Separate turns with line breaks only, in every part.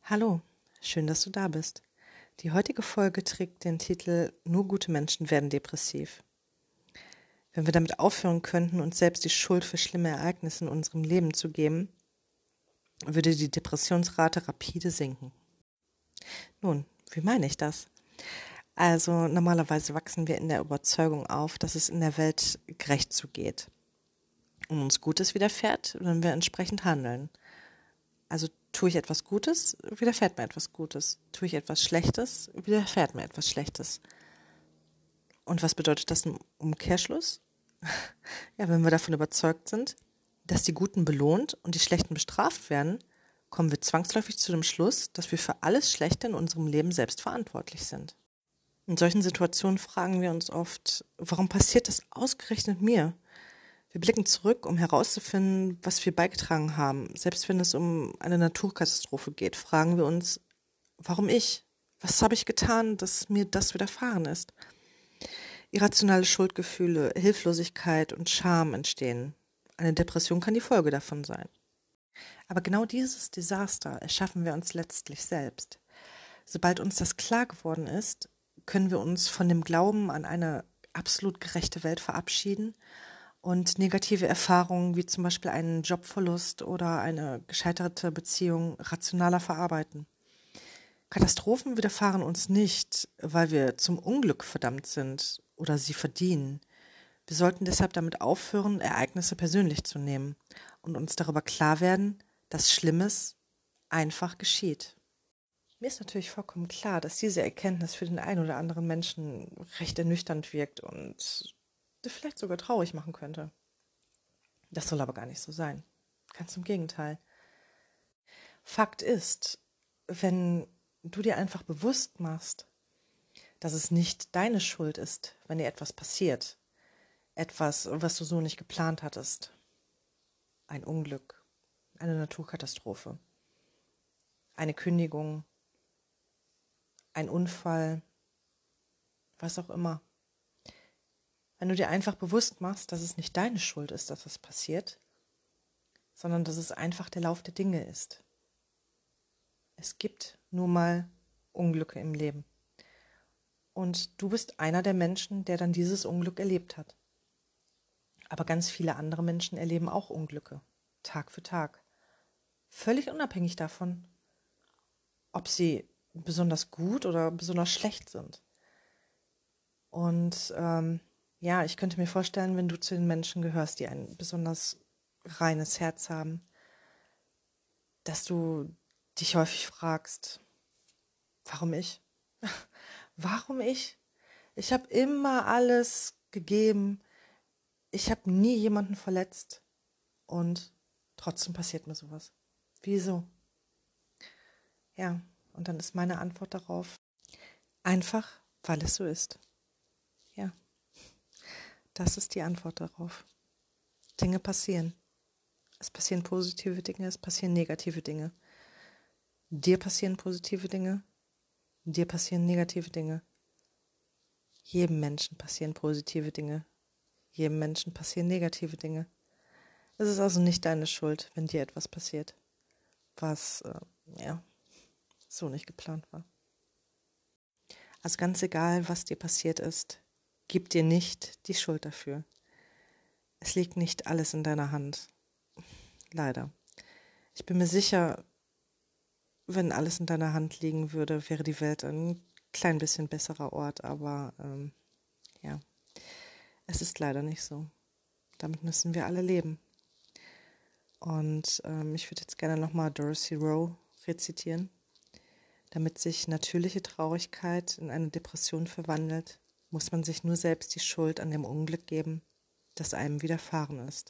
Hallo, schön, dass du da bist. Die heutige Folge trägt den Titel Nur gute Menschen werden depressiv. Wenn wir damit aufhören könnten, uns selbst die Schuld für schlimme Ereignisse in unserem Leben zu geben, würde die Depressionsrate rapide sinken. Nun, wie meine ich das? Also normalerweise wachsen wir in der Überzeugung auf, dass es in der Welt gerecht zugeht und uns Gutes widerfährt, wenn wir entsprechend handeln. Also tue ich etwas Gutes, widerfährt mir etwas Gutes. Tue ich etwas Schlechtes, widerfährt mir etwas Schlechtes. Und was bedeutet das im Umkehrschluss? Ja, wenn wir davon überzeugt sind, dass die Guten belohnt und die Schlechten bestraft werden, kommen wir zwangsläufig zu dem Schluss, dass wir für alles Schlechte in unserem Leben selbst verantwortlich sind. In solchen Situationen fragen wir uns oft, warum passiert das ausgerechnet mir? Wir blicken zurück, um herauszufinden, was wir beigetragen haben. Selbst wenn es um eine Naturkatastrophe geht, fragen wir uns, warum ich? Was habe ich getan, dass mir das widerfahren ist? Irrationale Schuldgefühle, Hilflosigkeit und Scham entstehen. Eine Depression kann die Folge davon sein. Aber genau dieses Desaster erschaffen wir uns letztlich selbst. Sobald uns das klar geworden ist, können wir uns von dem Glauben an eine absolut gerechte Welt verabschieden und negative Erfahrungen wie zum Beispiel einen Jobverlust oder eine gescheiterte Beziehung rationaler verarbeiten. Katastrophen widerfahren uns nicht, weil wir zum Unglück verdammt sind oder sie verdienen. Wir sollten deshalb damit aufhören, Ereignisse persönlich zu nehmen und uns darüber klar werden, dass Schlimmes einfach geschieht. Mir ist natürlich vollkommen klar, dass diese Erkenntnis für den einen oder anderen Menschen recht ernüchternd wirkt und vielleicht sogar traurig machen könnte. Das soll aber gar nicht so sein. Ganz im Gegenteil. Fakt ist, wenn du dir einfach bewusst machst, dass es nicht deine Schuld ist, wenn dir etwas passiert, etwas, was du so nicht geplant hattest, ein Unglück, eine Naturkatastrophe, eine Kündigung, ein Unfall, was auch immer. Wenn du dir einfach bewusst machst, dass es nicht deine Schuld ist, dass das passiert, sondern dass es einfach der Lauf der Dinge ist. Es gibt nur mal Unglücke im Leben. Und du bist einer der Menschen, der dann dieses Unglück erlebt hat. Aber ganz viele andere Menschen erleben auch Unglücke, Tag für Tag. Völlig unabhängig davon, ob sie besonders gut oder besonders schlecht sind. Und ja, ich könnte mir vorstellen, wenn du zu den Menschen gehörst, die ein besonders reines Herz haben, dass du dich häufig fragst, warum ich? Warum ich? Ich habe immer alles gegeben. Ich habe nie jemanden verletzt. Und trotzdem passiert mir sowas. Wieso? Ja, und dann ist meine Antwort darauf, einfach, weil es so ist. Ja, das ist die Antwort darauf. Dinge passieren. Es passieren positive Dinge, es passieren negative Dinge. Dir passieren positive Dinge, dir passieren negative Dinge. Jedem Menschen passieren positive Dinge. Jedem Menschen passieren negative Dinge. Es ist also nicht deine Schuld, wenn dir etwas passiert, was ja so nicht geplant war. Also ganz egal, was dir passiert ist, gib dir nicht die Schuld dafür. Es liegt nicht alles in deiner Hand. Leider. Ich bin mir sicher, wenn alles in deiner Hand liegen würde, wäre die Welt ein klein bisschen besserer Ort, aber ja, es ist leider nicht so. Damit müssen wir alle leben. Und ich würde jetzt gerne nochmal Dorothy Rowe rezitieren. Damit sich natürliche Traurigkeit in eine Depression verwandelt, muss man sich nur selbst die Schuld an dem Unglück geben, das einem widerfahren ist.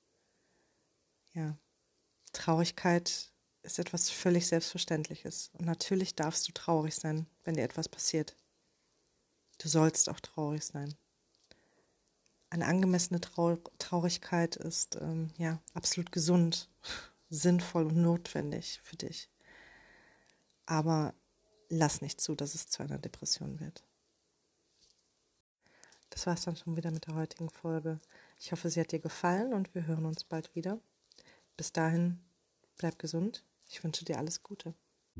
Ja, Traurigkeit ist etwas völlig Selbstverständliches. Und natürlich darfst du traurig sein, wenn dir etwas passiert. Du sollst auch traurig sein. Eine angemessene Traurigkeit ist ja absolut gesund, sinnvoll und notwendig für dich. Aber lass nicht zu, dass es zu einer Depression wird. Das war es dann schon wieder mit der heutigen Folge. Ich hoffe, sie hat dir gefallen und wir hören uns bald wieder. Bis dahin, bleib gesund. Ich wünsche dir alles Gute.